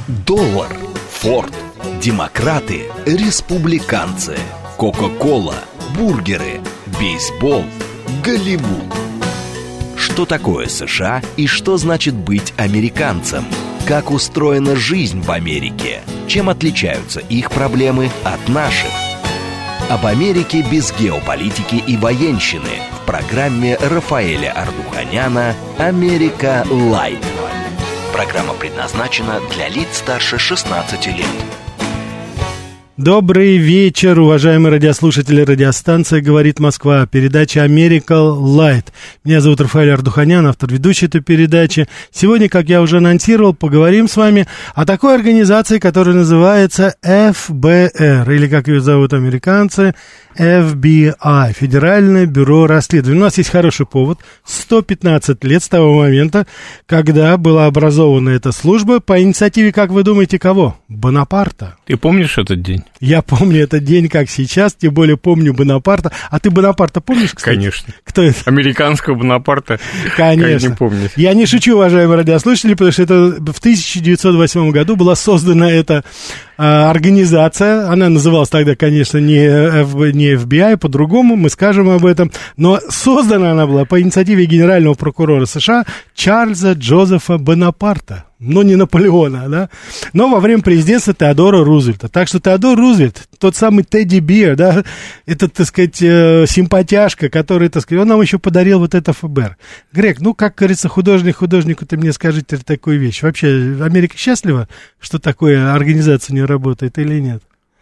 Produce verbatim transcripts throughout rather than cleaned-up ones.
Доллар, Форд, демократы, республиканцы, Кока-кола, бургеры, бейсбол, Голливуд. Что такое США и что значит быть американцем? Как устроена жизнь в Америке? Чем отличаются их проблемы от наших? Об Америке без геополитики и военщины в программе Рафаэля Ардуханяна «Америка Лайт». Программа предназначена для лиц старше шестнадцати лет. Добрый вечер, уважаемые радиослушатели. Радиостанция «Говорит Москва». Передача «Америка Лайт». Меня зовут Рафаэль Ардуханян, автор ведущей этой передачи. Сегодня, как я уже анонсировал, поговорим с вами о такой организации, которая называется эф бэ эр, или, как ее зовут американцы, эф би ай, Федеральное бюро расследований. У нас есть хороший повод. сто пятнадцать лет с того момента, когда была образована эта служба по инициативе, как вы думаете, кого? Бонапарта. Ты помнишь этот день? Я помню этот день, как сейчас, тем более помню Бонапарта. А ты Бонапарта помнишь, кстати? Конечно. Кто это? Американского Бонапарта. Конечно. Не помню. Я не шучу, уважаемые радиослушатели, потому что это в тысяча девятьсот восьмом году была создана эта а, организация. Она называлась тогда, конечно, не, F, не эф би ай, по-другому, мы скажем об этом. Но создана она была по инициативе генерального прокурора США Чарльза Джозефа Бонапарта. Но не Наполеона, да, но во время президентства Теодора Рузвельта. Так что Теодор Рузвельт, тот самый Тедди Бир, да, этот, так сказать, э, симпатяшка, который, так сказать, он нам еще подарил вот это эф бэ эр. Грег, ну, как говорится, художник художнику, ты мне скажи теперь такую вещь. Вообще, Америка счастлива, что такая организация не работает или нет?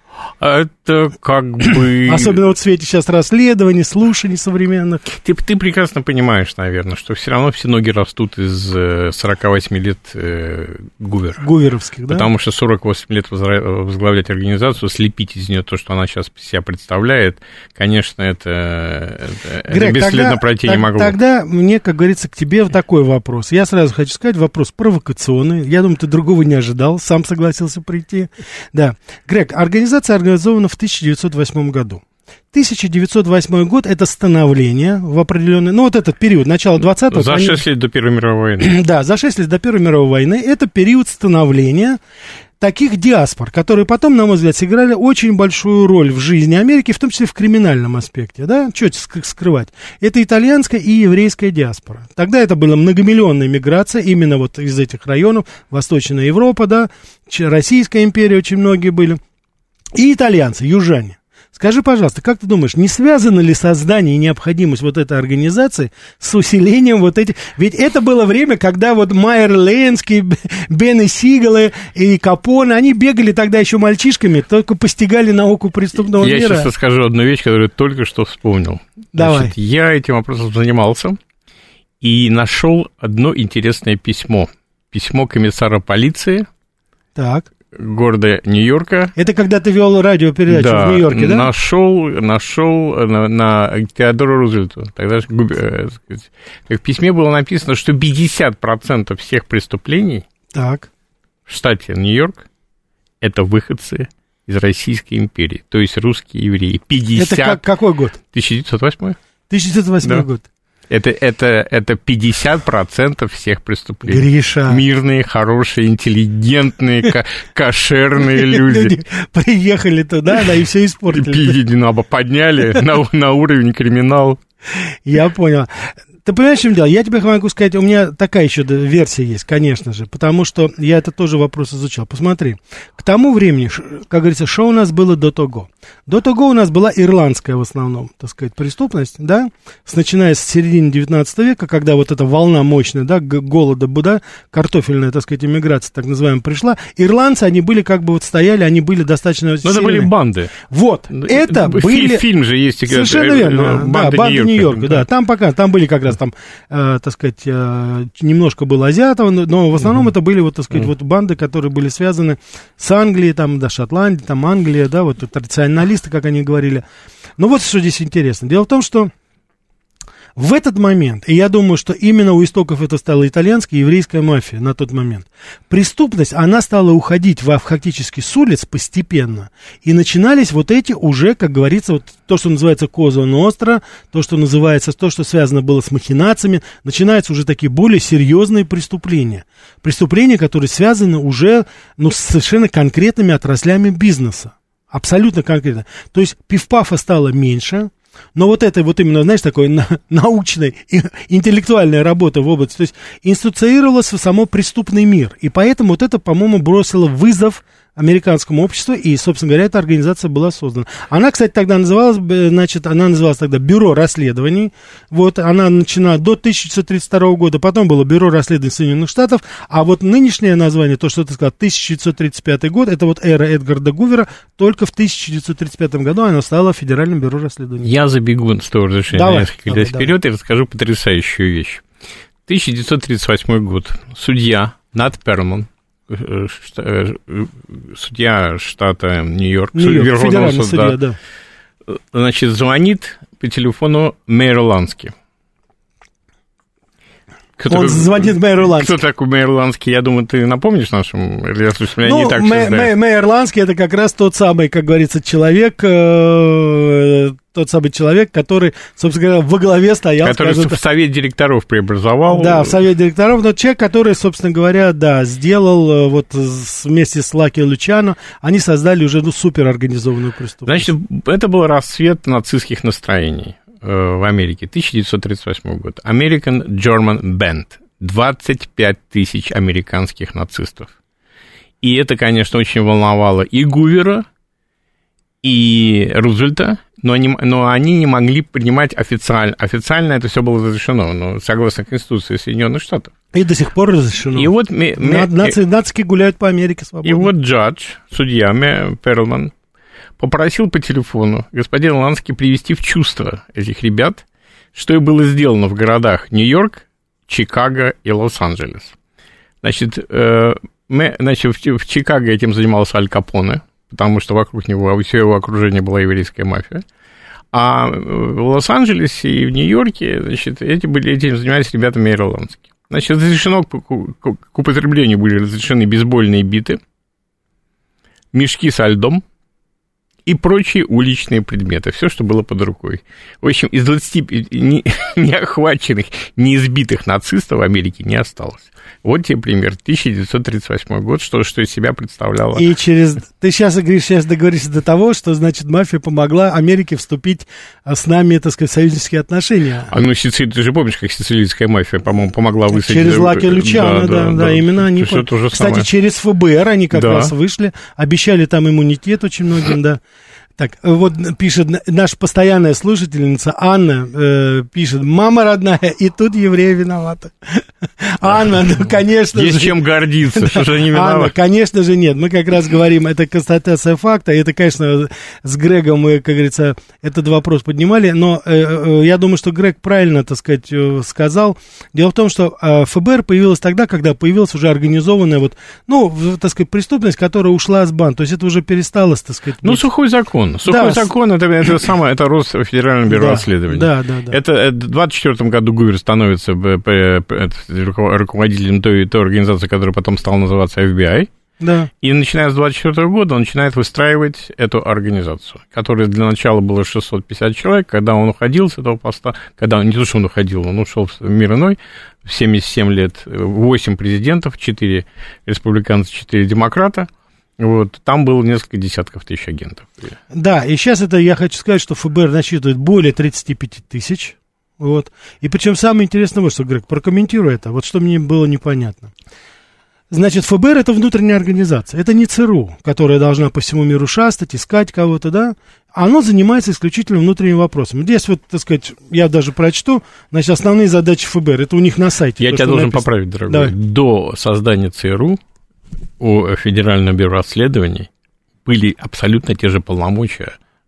Это как бы... Особенно вот в свете сейчас расследований, слушаний современных. Ты, ты прекрасно понимаешь, наверное, что все равно все ноги растут из сорока восьми лет э, Гувера. Гуверовских, да? Потому что сорок восемь лет возглавлять организацию, слепить из нее то, что она сейчас себя представляет, конечно, это, это, Грег, это бесследно тогда, пройти так, не могло. Тогда мне, как говорится, к тебе такой вопрос. Я сразу хочу сказать, вопрос провокационный. Я думаю, ты другого не ожидал, сам согласился прийти. Да. Грег, организация организована в тысяча девятьсот восьмом году. тысяча девятьсот восьмой год – это становление в определенный, ну, вот этот период, начало двадцатого. За шесть лет до Первой мировой войны. Да, за шесть лет до Первой мировой войны. Это период становления таких диаспор, которые потом, на мой взгляд, сыграли очень большую роль в жизни Америки, в том числе в криминальном аспекте, да, что скрывать. Это итальянская и еврейская диаспора. Тогда это была многомиллионная миграция именно вот из этих районов, Восточная Европа, да, Российская империя, очень многие были. И итальянцы, южане. Скажи, пожалуйста, как ты думаешь, не связано ли создание и необходимость вот этой организации с усилением вот этих... Ведь это было время, когда вот Майер Ленский, Бенни Сигалы и Капоне, они бегали тогда еще мальчишками, только постигали науку преступного я мира. Я сейчас расскажу одну вещь, которую только что вспомнил. Давай. Значит, я этим вопросом занимался и нашел одно интересное письмо. Письмо комиссара полиции. Так. Города Нью-Йорка. Это когда ты вел радиопередачу да, в Нью-Йорке, да? Нашел, нашел на, на Теодора Рузвельта. Тогда э, сказать, в письме было написано, что пятьдесят процентов всех преступлений так. в штате Нью-Йорк это выходцы из Российской империи, то есть русские евреи. пятьдесят Это как, какой год? тысяча девятьсот восьмой. тысяча девятьсот восьмой да. год. Это, это, это пятьдесят процентов всех преступлений. Гриша. Мирные, хорошие, интеллигентные, кошерные люди. Приехали туда, да, и все испортили. Пи подняли на уровень криминал. Я понял. Ты понимаешь, в чем дело? Я тебе могу сказать, у меня такая еще версия есть, конечно же, потому что я это тоже вопрос изучал. Посмотри, к тому времени, как говорится, что у нас было до того? До того у нас была ирландская в основном, так сказать, преступность, да, с, начиная с середины девятнадцатого века, когда вот эта волна мощная, да, голода, да, картофельная, так сказать, иммиграция, так называемая, пришла. Ирландцы, они были как бы вот стояли, они были достаточно сильные. Но это были банды. Вот, это были... Фильм же есть. Совершенно верно, да, банды Нью-Йорка, да, там пока, там были как раз там, э, так сказать, э, немножко было азиатов, но, но в основном mm-hmm. это были, вот, так сказать, mm-hmm. вот банды, которые были связаны с Англией, там, да, Шотландией, там, Англия, да, вот, традиционалисты, как они говорили. Но вот что здесь интересно. Дело в том, что В этот момент, и я думаю, что именно у истоков это стала итальянская и еврейская мафия на тот момент, преступность, она стала уходить во, фактически с улиц постепенно, и начинались вот эти уже, как говорится, вот то, что называется Коза Ностра, то, что называется, то, что связано было с махинациями, начинаются уже такие более серьезные преступления. Преступления, которые связаны уже, ну, с совершенно конкретными отраслями бизнеса. Абсолютно конкретно. То есть пиф-пафа стало меньше, но вот это вот именно, знаешь, такой на, научная, интеллектуальная работа в области, то есть институционировалось само преступный мир. И поэтому вот это, по-моему, бросило вызов американскому обществу, и, собственно говоря, эта организация была создана. Она, кстати, тогда называлась, значит, она называлась тогда Бюро расследований, вот, она начинала до тысяча девятьсот тридцать второго года, потом было Бюро расследований Соединенных Штатов, а вот нынешнее название, то, что ты сказал, тысяча девятьсот тридцать пятый год, это вот эра Эдгарда Гувера, только в тысяча девятьсот тридцать пятом году она стала Федеральным бюро расследований. Я забегу с того разрешения давай, на несколько лет вперед и расскажу потрясающую вещь. тысяча девятьсот тридцать восьмой год. Судья Нат Перлман, судья штата Нью-Йорк, Нью-Йорк федеральный судья, да. Значит, звонит по телефону Мейер Лански. Кто Он такой, звонит Мейеру Лански. Кто такой Мейер Лански? Я думаю, ты напомнишь нашим радиослушателям? Ну, не так Мэй, Мейер Лански это как раз тот самый, как говорится, человек, э, тот самый человек, который, собственно говоря, во главе стоял. Который скажем, в совет директоров преобразовал. Да, в совет директоров, но человек, который, собственно говоря, да, сделал вот вместе с Лаки Лучано, они создали уже, ну, суперорганизованную преступность. Значит, это был расцвет нацистских настроений в Америке, тысяча девятьсот тридцать восьмой год. American German Band. двадцать пять тысяч американских нацистов. И это, конечно, очень волновало и Гувера, и Рузвельта, но они, но они не могли принимать официально. Официально это все было разрешено, но согласно Конституции Соединенных Штатов. И до сих пор разрешено. И вот ми, ми, Наци, нацики гуляют по Америке свободно. И вот джадж, судья Перлман, попросил по телефону господина Лански привести в чувство этих ребят, что и было сделано в городах Нью-Йорк, Чикаго и Лос-Анджелес. Значит, э, мы, значит в, в Чикаго этим занимался Аль Капоне, потому что вокруг него, все его окружение была еврейская мафия. А в Лос-Анджелесе и в Нью-Йорке, значит, эти были, этим занимались ребята Мейера Лански. Значит, разрешено к, к, к употреблению были разрешены бейсбольные биты, мешки со льдом и прочие уличные предметы, все, что было под рукой. В общем, из двадцати не, не охваченных, не избитых нацистов в Америке не осталось. Вот тебе пример, тысяча девятьсот тридцать восьмой год, что, что из себя представляло. И через... Ты сейчас, говоришь, сейчас договоришься до того, что, значит, мафия помогла Америке вступить с нами, так сказать, в союзнические отношения. А ну, Сицилия, ты же помнишь, как сицилийская мафия, по-моему, помогла высадить... Через Лаки Лучано, да, да, да, да, именно они... Все то же Кстати, самое. через ФБР они как да. раз вышли, обещали там иммунитет очень многим, да. Так, вот пишет наша постоянная слушательница Анна, э, пишет: мама родная, и тут евреи виноваты. Анна, ну, конечно же... Есть чем гордиться, что же они виноваты. Анна, конечно же, нет. Мы как раз говорим, это констатация факта, и это, конечно, с Грегом мы, как говорится, этот вопрос поднимали, но э, я думаю, что Грег правильно, так сказать, сказал. Дело в том, что э, ФБР появилось тогда, когда появилась уже организованная, вот, ну, так сказать, преступность, которая ушла с бан, то есть это уже перестало, так сказать... Ну, сухой закон. Сухой да, закон, это, это самое, это рост Федерального бюро да, расследований. Да, да, да. Это в двадцать четвёртом году Гувер становится руководителем той, той организации, которая потом стала называться эф би ай. Да. И начиная с двадцать четвёртого года он начинает выстраивать эту организацию, которая для начала было шестьсот пятьдесят человек. Когда он уходил с этого поста, когда не то, что он уходил, он ушел в мир иной, в семьдесят семь лет, восемь президентов, четыре республиканца, четыре демократа. Вот, там было несколько десятков тысяч агентов. Да, и сейчас это я хочу сказать, что ФБР насчитывает более тридцать пять тысяч. Вот. И причем самое интересное, вот что, Грег, прокомментируй это, вот что мне было непонятно. Значит, ФБР это внутренняя организация, это не ЦРУ, которая должна по всему миру шастать, искать кого-то, да. Оно занимается исключительно внутренними вопросами. Здесь вот, так сказать, я даже прочту, значит, основные задачи ФБР, это у них на сайте. Я тебя должен написано. поправить, дорогой. Давай. До создания ЦРУ у Федерального бюро расследований были абсолютно те же полномочия,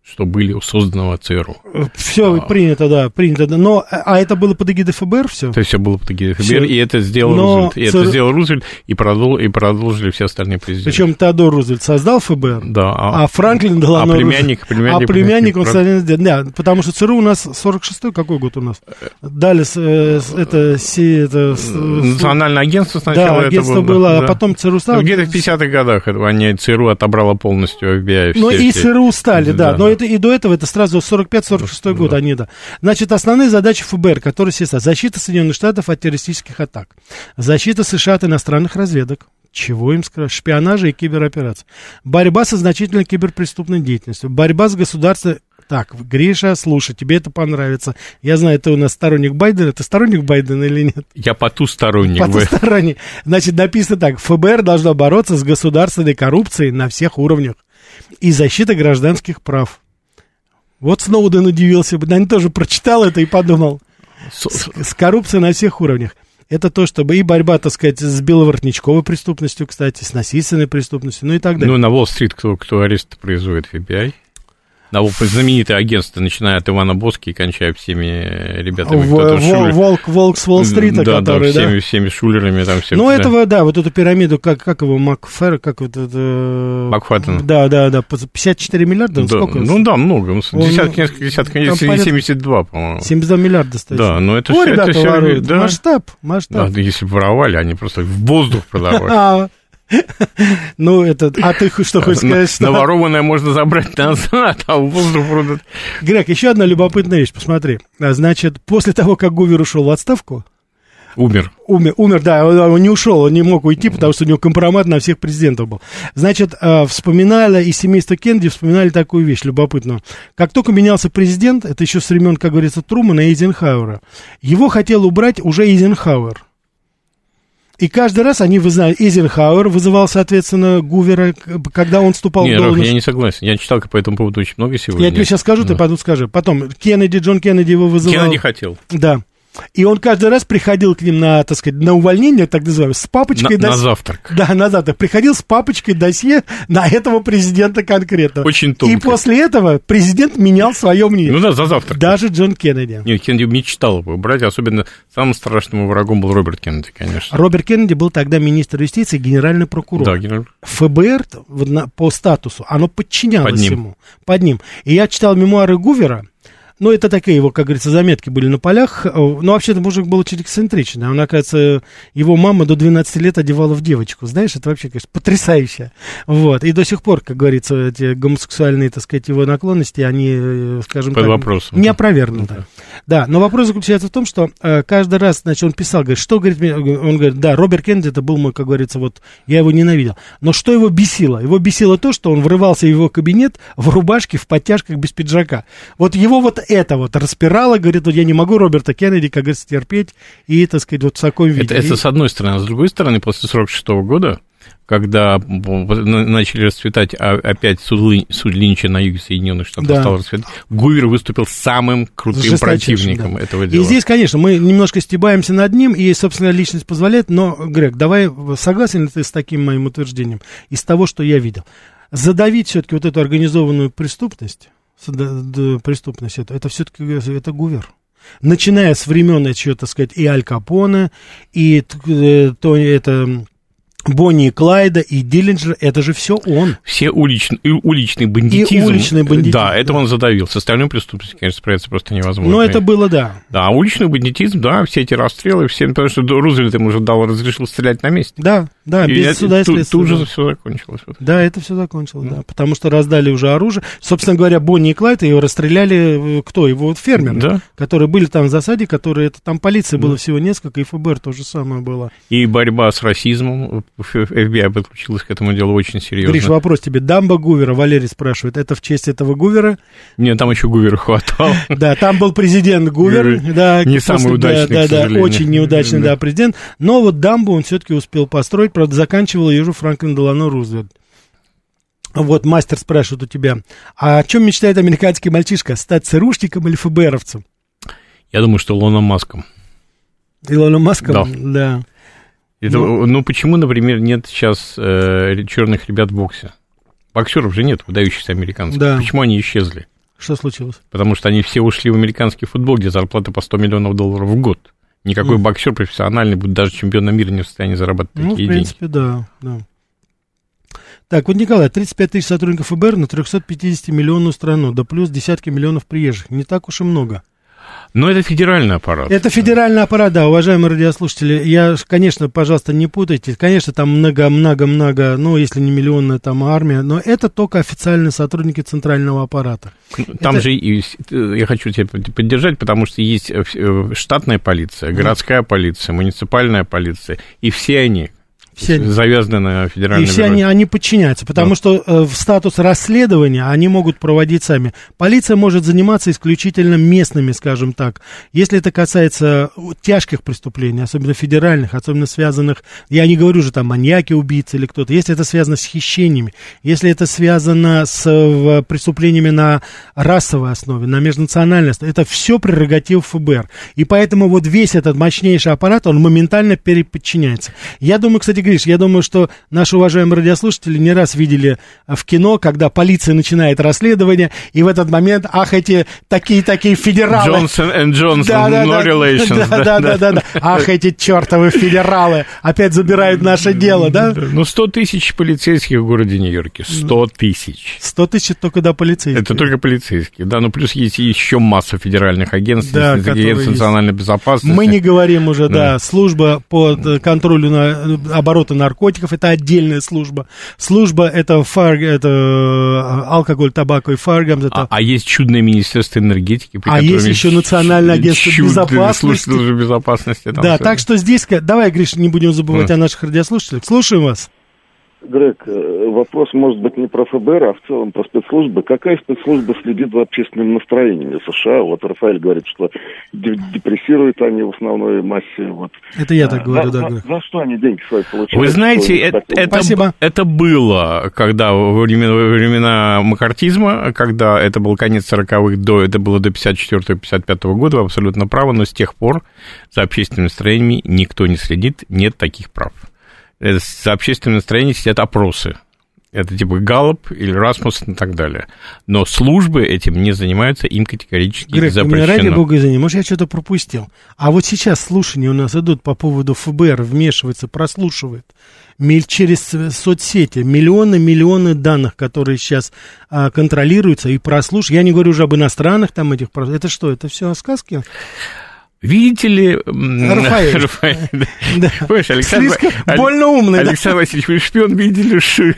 что были у созданного ЦРУ. Все а. принято, да, принято. Но, а это было под эгидой ФБР все? То есть все было под эгидой ФБР, все. И это сделал Но Рузвельт. И ЦР... это сделал Рузвельт, и, продол... и продолжили все остальные президенты. Причем Теодор Рузвельт создал ФБР, да, а, а Франклин Делано а племянник, племянник, а племянник он создал, да, потому что ЦРУ у нас сорок шестой, какой год у нас? Дали э, это, си, это национальное агентство сначала. Да, агентство это было, было, да. а потом ЦРУ стало. Ну, где-то в пятидесятых годах они, ЦРУ отобрала полностью эф би ай. Ну и все. ЦРУ стали, да, да, но да. это и до этого это сразу сорок пятый сорок шестой год, да. Они, да. Значит, основные задачи ФБР, которые сейчас защита Соединенных Штатов от террористических атак, защита США от иностранных разведок, чего им сказать, шпионажа и киберопераций, борьба со значительной киберпреступной деятельностью, борьба с государством. Так, Гриша, слушай, тебе это понравится. Я знаю, ты у нас сторонник Байдена. Ты сторонник Байдена или нет? Я потусторонник. Потусторонник. Значит, написано так. ФБР должно бороться с государственной коррупцией на всех уровнях и защита гражданских прав. Вот Сноуден удивился, наверное, тоже прочитал это и подумал. С, с коррупцией на всех уровнях. Это то, чтобы и борьба, так сказать, с беловоротничковой преступностью, кстати, с насильственной преступностью, ну и так далее. Ну, на Уолл-стрит кто, кто арест производит, эф би ай? На знаменитое агентство, начиная от Ивана Боски и кончая всеми ребятами. В, вол, волк, волк с Уолл-стрита, да, который, да? всеми, всеми шулерами там. Всем, ну, да. этого, да, вот эту пирамиду, как, как его, Макфер, как вот это... Макфаттен. Да, да, да, пятьдесят четыре миллиарда, да, сколько? Ну, да, много, Он, десятки, несколько десятков, семьдесят два, по-моему. семьдесят два миллиарда стоит. Да, но это О, все... ребята это все, воруют, да. масштаб, масштаб. Да, если бы воровали, они просто в воздух продавали. Ну, это, а ты что хочешь сказать? Что... Наворованное можно забрать назад, а в воздух продать. Грег, еще одна любопытная вещь, посмотри. Значит, после того, как Гувер ушел в отставку... Умер. Умер, умер, да, он не ушел, он не мог уйти, потому что у него компромат на всех президентов был. Значит, вспоминали, и семейство Кеннеди вспоминали такую вещь любопытную. Как только менялся президент, это еще с времен, как говорится, Трумана и Эйзенхауэра, его хотел убрать уже Эйзенхауэр. И каждый раз они, вы знаете, Эйзенхауэр вызывал, соответственно, Гувера, когда он вступал не, в должность. Рох, я не согласен. Я читал по этому поводу очень много сегодня. Я тебе сейчас скажу, да. Ты потом скажи. Потом Кеннеди, Джон Кеннеди его вызывал. Кеннеди хотел. Да. И он каждый раз приходил к ним на, так сказать, на увольнение, так называемое, с папочкой... На, дос... на завтрак. Да, на завтрак. Приходил с папочкой досье на этого президента конкретно. Очень тонко. И после этого президент менял свое мнение. Ну да, за завтрак. Даже Джон Кеннеди. Нет, Кеннеди мечтал его брать, особенно самым страшным врагом был Роберт Кеннеди, конечно. Роберт Кеннеди был тогда министр юстиции и генеральный прокурор. Да, генеральный. ФБР по статусу, оно подчинялось Под ним. ему. Под ним. И я читал мемуары Гувера. Ну, это такие его, как говорится, заметки были на полях. Но вообще-то мужик был очень эксцентричный. Он, оказывается, его мама до двенадцати лет одевала в девочку. Знаешь, это вообще, конечно, потрясающе. Вот. И до сих пор, как говорится, эти гомосексуальные, так сказать, его наклонности, они, скажем под так, вопросом. Не опровергнуты. Да. Да, но вопрос заключается в том, что э, каждый раз, значит, он писал, говорит, что, говорит, он говорит, да, Роберт Кеннеди, это был мой, как говорится, вот, я его ненавидел. Но что его бесило? Его бесило то, что он врывался в его кабинет в рубашке, в подтяжках, без пиджака. Вот его вот это вот распирало, говорит, вот я не могу Роберта Кеннеди, как говорится, терпеть, и, так сказать, вот в таком виде. Это, это и... с одной стороны. А с другой стороны, после сорок шестого года, когда начали расцветать опять суд, суд Линча на юге Соединенных Штатов, да. стал расцветать, Гувер выступил самым крутым противником да. этого дела. И здесь, конечно, мы немножко стебаемся над ним, и, собственно, личность позволяет, но, Грег, давай, согласен ли ты с таким моим утверждением, из того, что я видел? Задавить все-таки вот эту организованную преступность, преступность, это, это все-таки это Гувер. Начиная с времен, еще, так сказать, и Аль Капоне, и то это... Бонни и Клайда, и Диллинджер, это же все он. Все уличный, уличный бандитизм. И уличный бандитизм. Да, это он задавил. С остальной преступностью, конечно, справиться просто невозможно. Но это было, да. Да, уличный бандитизм, да, все эти расстрелы, все, потому что Рузвельт ему уже дал, разрешил стрелять на месте. Да, да, и без это, суда и следствия. Тут же все закончилось. Да, это все закончилось, да. да, потому что раздали уже оружие. Собственно говоря, Бонни и Клайд, его расстреляли, кто? Его вот фермеры, да. которые были там в засаде, которые, это там полиции да. было всего несколько, и ФБР то же самое было. И борьба с расизмом, эф би ай подключилась к этому делу очень серьезно. Гриш, вопрос тебе. Дамба Гувера, Валерий спрашивает, это в честь этого Гувера? Мне там еще Гувера хватало. Да, там был президент Гувер. Да, не самый удачный, да, да, да, очень неудачный, да, президент. Но вот дамбу он все-таки успел построить, правда, заканчивал ее же Франклин Делано Рузвельт. Вот, мастер спрашивает у тебя, а о чем мечтает американский мальчишка, стать ЦРУшником или ФБРовцем? Я думаю, что Илоном Маском. Илоном Маском? Да. Да. Это, ну, ну, почему, например, нет сейчас э, черных ребят в боксе? Боксеров же нет, выдающихся американцев. Да. Почему они исчезли? Что случилось? Потому что они все ушли в американский футбол, где зарплата по сто миллионов долларов в год. Никакой mm. боксер профессиональный, будет даже чемпионом мира, не в состоянии зарабатывать ну, такие деньги. Ну, в принципе, деньги. да, да. Так, вот, Николай, тридцать пять тысяч сотрудников ФБР на триста пятьдесят миллионную страну, да плюс десятки миллионов приезжих. Не так уж и много. Но это федеральный аппарат. Это федеральный аппарат, да, уважаемые радиослушатели. Я, конечно, пожалуйста, не путайте. Конечно, там много-много-много, ну, если не миллионная там армия, но это только официальные сотрудники центрального аппарата. Там это... же, и, я хочу тебя поддержать, потому что есть штатная полиция, городская полиция, муниципальная полиция, и все они... Все завязаны на федеральном. И все они, они подчиняются, потому да. что э, в статус расследования они могут проводить сами. Полиция может заниматься исключительно местными, скажем так. Если это касается тяжких преступлений, особенно федеральных, особенно связанных, я не говорю же там маньяки, убийцы или кто-то, если это связано с хищениями, если это связано с в, преступлениями на расовой основе, на межнациональной основе, это все прерогатив ФБР. И поэтому вот весь этот мощнейший аппарат, он моментально переподчиняется. Я думаю, кстати, Гриш, я думаю, что наши уважаемые радиослушатели не раз видели в кино, когда полиция начинает расследование, и в этот момент, ах, эти такие-такие федералы. Джонсон энд Джонсон, да, да, no да, relations. Да, да, да, да, да. Ах, эти чертовы федералы опять забирают наше дело, да? Ну, сто тысяч полицейских в городе Нью-Йорке. сто тысяч. сто тысяч только, да, полицейские. Это только полицейские, да, ну, плюс есть еще масса федеральных агентств, да, агентств национальной безопасности. Мы не говорим уже, да, да служба по контролю на обороты наркотиков, это отдельная служба. Служба это, фар, это алкоголь, табако и фаргам. Это... А, а есть чудное министерство энергетики. А есть еще национальное агентство безопасности. Служба безопасности. Да, так что здесь, давай, Гриш, не будем забывать mm. о наших радиослушателях. Слушаем вас. Грег, вопрос может быть не про ФБР, а в целом про спецслужбы. Какая спецслужба следит за общественными настроениями США? Вот Рафаэль говорит, что депрессируют они в основной массе. Вот. Это я так а, говорю, за, да. За, за что они деньги свои получают? Вы знаете, это, это, это было, когда во времена, во времена маккартизма, когда это был конец сороковых, до, это было до пятьдесят четвёртого — пятьдесят пятого года, вы абсолютно правы, но с тех пор за общественными настроениями никто не следит, нет таких прав. За общественное настроение сидят опросы. Это типа Галлоп или Расмуссен и так далее. Но службы этим не занимаются, им категорически Грег, запрещено. Грег, ради бога извини, может, я что-то пропустил. А вот сейчас слушания у нас идут по поводу ФБР, вмешивается, прослушивает через соцсети миллионы-миллионы данных, которые сейчас а, контролируются и прослушивают. Я не говорю уже об иностранных там этих. Это что, это все сказки? Видите ли... Рафаэль. Рафаэль. Да. Понимаешь, Александр... Больно умный, Александр да? Васильевич, вы шпион, видели ши.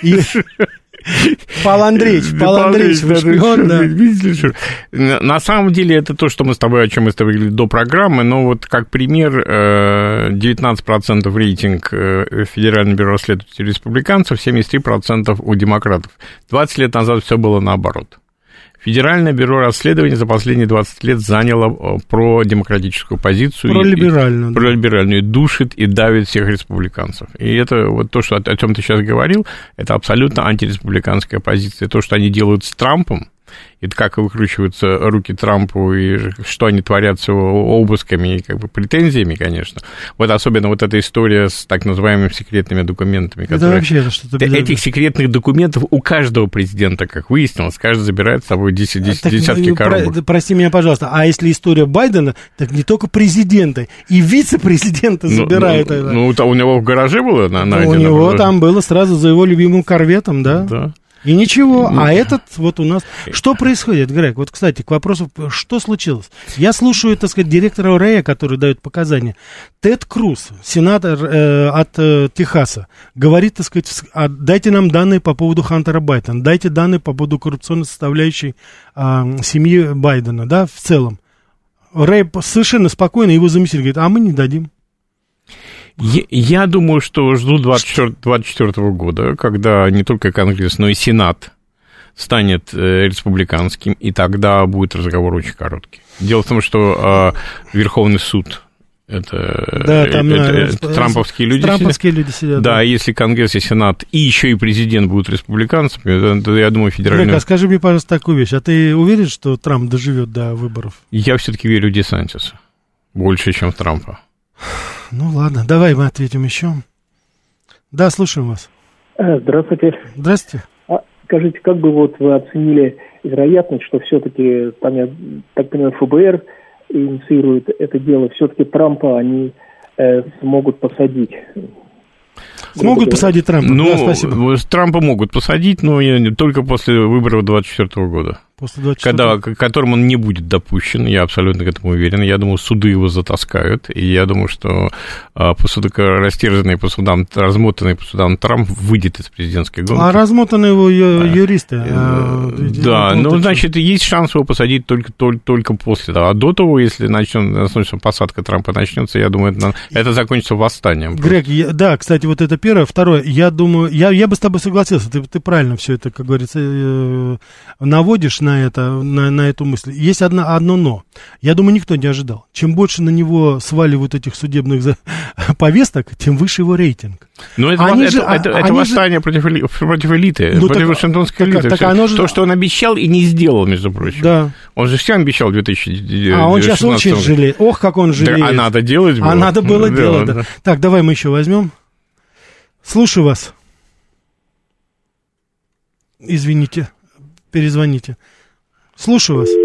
Павел Андреевич, Павел Андреевич, вы шпион, да. Видели, на самом деле, это то, что мы с тобой, о чем мы с тобой говорили до программы, но вот как пример, девятнадцать процентов рейтинг Федерального бюро расследований республиканцев, семьдесят три процента у демократов. двадцать лет назад все было наоборот. Федеральное бюро расследований за последние двадцать лет заняло продемократическую позицию. Пролиберальную. И, да. Пролиберальную. Душит и давит всех республиканцев. И это вот то, что, о чем ты сейчас говорил, это абсолютно антиреспубликанская позиция. То, что они делают с Трампом, и как выкручиваются руки Трампу, и что они творят с его обысками и как бы претензиями, конечно. Вот особенно вот эта история с так называемыми секретными документами. Это которые... вообще это что-то... Этих секретных документов у каждого президента, как выяснилось, каждый забирает с собой десять, десять, так, десятки коробок. Про, прости меня, пожалуйста, а если история Байдена, так не только президенты, и вице-президенты забирают ну, это. Ну, ну, у него в гараже было найдено? У него там было сразу за его любимым корветом, да? Да. И ничего, а этот вот у нас... Что происходит, Грег? Вот, кстати, к вопросу, что случилось? Я слушаю, так сказать, директора РЭЯ, который дает показания. Тед Круз, сенатор э, от э, Техаса, говорит, так сказать, дайте нам данные по поводу Хантера Байдена, дайте данные по поводу коррупционной составляющей э, семьи Байдена, да, в целом. Рэй совершенно спокойно, его заместитель говорит, а мы не дадим. Я, я думаю, что жду двадцать четвёртого года, когда не только Конгресс, но и Сенат станет э, республиканским, и тогда будет разговор очень короткий. Дело в том, что э, Верховный суд это, да, там, это, э, это, это трамповские люди трамповские сидят. люди сидят. Да, да, если Конгресс и Сенат, и еще и президент будут республиканцами, то, я думаю, федеральный... Грег, а скажи мне, пожалуйста, такую вещь. А ты уверен, что Трамп доживет до выборов? Я все-таки верю в Десантиса больше, чем в Трампа. Ну ладно, давай мы ответим еще. Да, слушаем вас. Здравствуйте. Здравствуйте. скажите, как бы вот вы оценили вероятность, что все-таки, там, я так понимаю, ФБР инициирует это дело, все-таки Трампа они э, смогут посадить? Смогут посадить Трампа? Ну, да, спасибо. Трампа могут посадить, но только после выборов двадцать четвёртого года. После двадцать четвёртого. Когда, к которым он не будет допущен, я абсолютно к этому уверен. Я думаю, суды его затаскают, и я думаю, что а, по суду, растерзанный по судам, размотанный по судам Трамп выйдет из президентской гонки. А размотаны его ю- юристы. А, да, ну, вот значит, есть шанс его посадить только, только, только после того. А до того, если начнется посадка Трампа начнется, я думаю, это, это закончится восстанием. Грег, я, да, кстати, вот это первое. Второе, я думаю, я, я бы с тобой согласился, ты, ты правильно все это, как говорится, э, наводишь на это, на, на эту мысль. Есть одно, одно но. Я думаю, никто не ожидал. Чем больше на него сваливают этих судебных за... повесток, тем выше его рейтинг. Ну, это, это, же, это, это восстание же... против, против элиты, ну, против так, Вашингтонской элиты. Так, так оно же... То, что он обещал и не сделал, между прочим. Да. Он же все обещал в две тысячи шестнадцатом году. А он сейчас очень жалеет. Ох, как он жалеет. Да, а надо делать было. А надо было да, делать, да. да. Так, давай мы еще возьмем. Слушаю вас. Извините, перезвоните. Слушаю вас.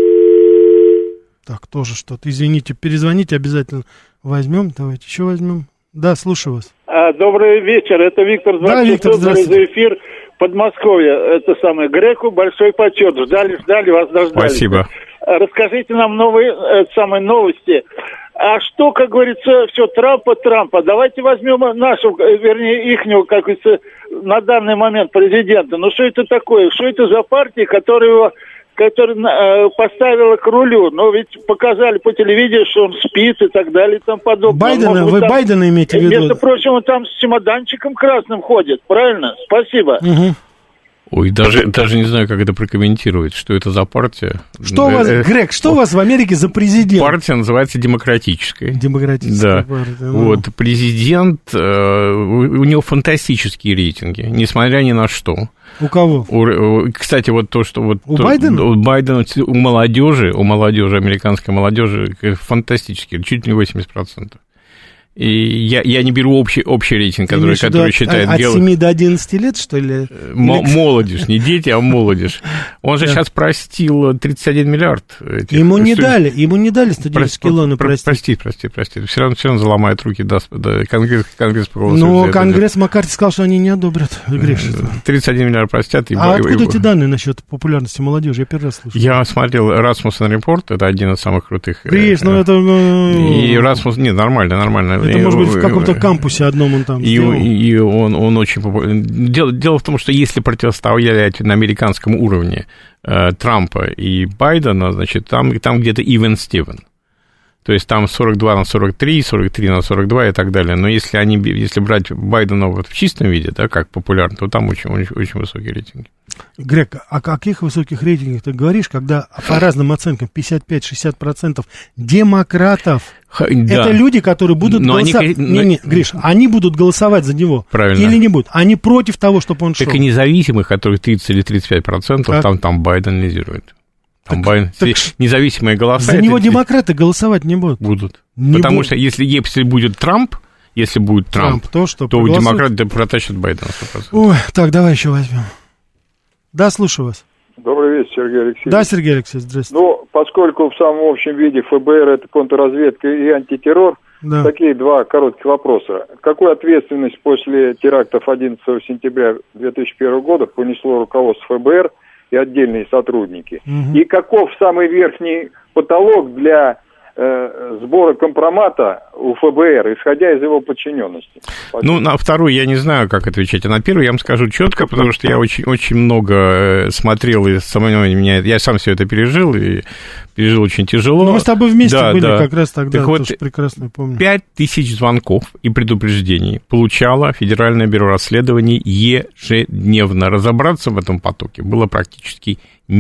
Так, тоже что-то. Извините, перезвоните обязательно. Возьмем, давайте еще возьмем. Да, слушаю вас. А, добрый вечер, это Виктор. Да, Виктор, здравствуйте. За эфир Подмосковья. Это самое, Греку большой почет. Ждали, ждали, вас дождались. Спасибо. Расскажите нам новые, это самые новости. А что, как говорится, все Трампа, Трампа. Давайте возьмем нашу, вернее, ихнего, как говорится, на данный момент президента. Ну, что это такое? Что это за партия, которая его, которая э, поставила к рулю? Ну, ведь показали по телевидению, что он спит и так далее и тому подобное. Байдена, вы там, Байдена имеете в виду? Между прочим, он там с чемоданчиком красным ходит, правильно? Спасибо. Угу. Ой, даже, даже не знаю, как это прокомментировать. Что это за партия? Что у вас, Грег, что у вас в Америке за президент? Партия называется демократическая. Демократическая да. партия. Ну. Вот, президент, э, у, у него фантастические рейтинги, несмотря ни на что. У кого? У, кстати, вот то, что... Вот у то, Байдена? У Байдена, у молодежи, у молодежи, американской молодежи фантастические, чуть ли не восемьдесят процентов. И я, я не беру общий, общий рейтинг, который, который от, считает... От дел... семи до одиннадцати лет, что ли? М- молодежь, не дети, а молодежь. Он же да. сейчас простил тридцать один миллиард. Этих... Ему не дали, ему не дали студенческие лоны простить. Прости, прости, прости. Все равно, все равно заломает руки, даст, да, Конгресс, Конгресс проголосует. Но Конгресс Маккарти сказал, что они не одобрят. Гриш, тридцать один миллиард простят. И а и, откуда и, эти данные насчет популярности молодежи? Я первый раз слышу. Я смотрел Rasmussen Report, это один из самых крутых. Гриш, ну это... И Rasmussen, нет, нормально, нормально. Это может быть в каком каком-то кампусе одном он там и, и он, он очень популярен. Дело, дело в том, что если противостоять на американском уровне э, Трампа и Байдена, значит, там, там где-то even-steven. То есть там сорок два на сорок три, сорок три на сорок два и так далее. Но если, они, если брать Байдена вот в чистом виде, да, как популярно, то там очень, очень, очень высокие рейтинги. Грег, о каких высоких рейтингах ты говоришь, когда по разным оценкам пятьдесят пять - шестьдесят процентов демократов, да. Это люди, которые будут но голосовать. Они... Не, не, Гриш, они будут голосовать за него. Правильно. Или не будут. Они против того, чтобы он шел. Так и независимых, которых тридцать или тридцать пять процентов, там, там Байден лидирует. Там так, Байден... так независимые голоса... За него это... демократы голосовать не будут. Будут. Не Потому будут. что если, если будет Трамп, если будет Трамп, Трамп то, что то демократы протащат Байдена сто процентов. Ой, так, давай еще возьмем. Да, слушаю вас. Добрый вечер, Сергей Алексеевич. Да, Сергей Алексеевич, здравствуйте. Ну, поскольку в самом общем виде ФБР это контрразведка и антитеррор, да. Такие два коротких вопроса. Какую ответственность после терактов одиннадцатого сентября две тысячи первого года понесло руководство ФБР и отдельные сотрудники? Угу. И каков самый верхний потолок для э, сбора компромата у ФБР, исходя из его подчиненности? Спасибо. Ну, на вторую я не знаю, как отвечать, а на первую я вам скажу четко, потому что я очень, очень много смотрел, и самого меня, я сам все это пережил, и пережил очень тяжело. Но мы с тобой вместе да, были да. как раз тогда, так вот, тоже прекрасно помню. Пять тысяч звонков и предупреждений получало Федеральное бюро расследований ежедневно. Разобраться в этом потоке было практически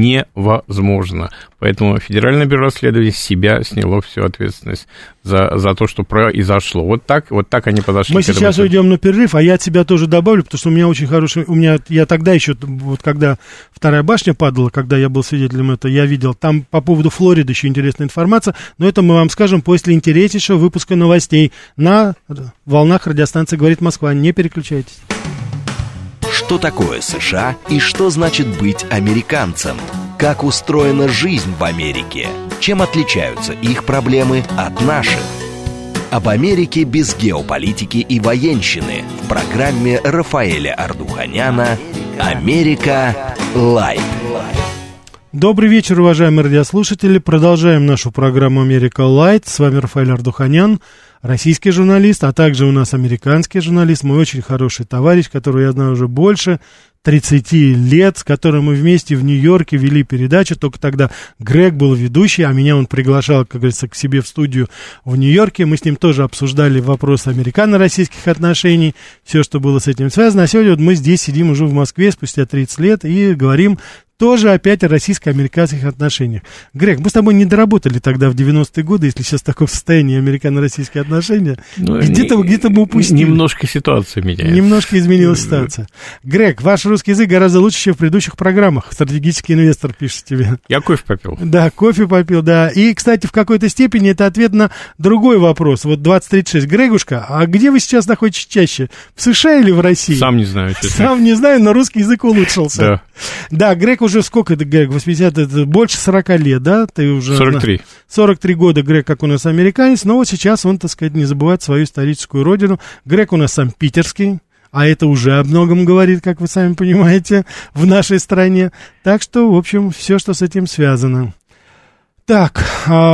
невозможно. Поэтому Федеральное бюро расследований с себя сняло всю ответственность за, за то, что произошло. Вот так, вот так они подошли. Мы сейчас уйдем на перерыв, а я от себя тоже добавлю, потому что у меня очень хороший... У меня, я тогда еще, вот когда вторая башня падала, когда я был свидетелем этого, я видел, там по поводу Флориды еще интересная информация, но это мы вам скажем после интереснейшего выпуска новостей на волнах радиостанции «Говорит Москва». Не переключайтесь. Что такое США и что значит быть американцем? Как устроена жизнь в Америке? Чем отличаются их проблемы от наших? Об Америке без геополитики и военщины в программе Рафаэля Ардуханяна «Америка Лайв». Добрый вечер, уважаемые радиослушатели. Продолжаем нашу программу «Америка Лайт». С вами Рафаэль Ардуханян, российский журналист, а также у нас американский журналист, мой очень хороший товарищ, которого я знаю уже больше тридцати лет, с которым мы вместе в Нью-Йорке вели передачу. Только тогда Грег был ведущий, а меня он приглашал, как говорится, к себе в студию в Нью-Йорке. Мы с ним тоже обсуждали вопросы американо-российских отношений, все, что было с этим связано. А сегодня вот мы здесь сидим уже в Москве спустя тридцать лет и говорим тоже опять о российско-американских отношениях. Грег, мы с тобой не доработали тогда в девяностые годы, если сейчас в таком состоянии американо-российские отношения. Ну, где-то, не, где-то мы упустили. Немножко ситуация меняется. Немножко изменилась ситуация. Грег, ваш русский язык гораздо лучше, чем в предыдущих программах. Стратегический инвестор пишет тебе. Я кофе попил. Да, кофе попил, да. И, кстати, в какой-то степени это ответ на другой вопрос. Вот двадцать тридцать шесть. Грегушка, а где вы сейчас находитесь чаще? В США или в России? Сам не знаю. Честно. Сам не знаю, но русский язык улучшился. Да. Да, Грег уже сколько это, Грег, восьмидесятые, это больше сорока лет, да? Ты уже сорок три. сорок три года Грег, как у нас американец, но вот сейчас он, так сказать, не забывает свою историческую родину. Грег у нас сам питерский, а это уже о многом говорит, как вы сами понимаете, в нашей стране. Так что, в общем, все, что с этим связано. Так,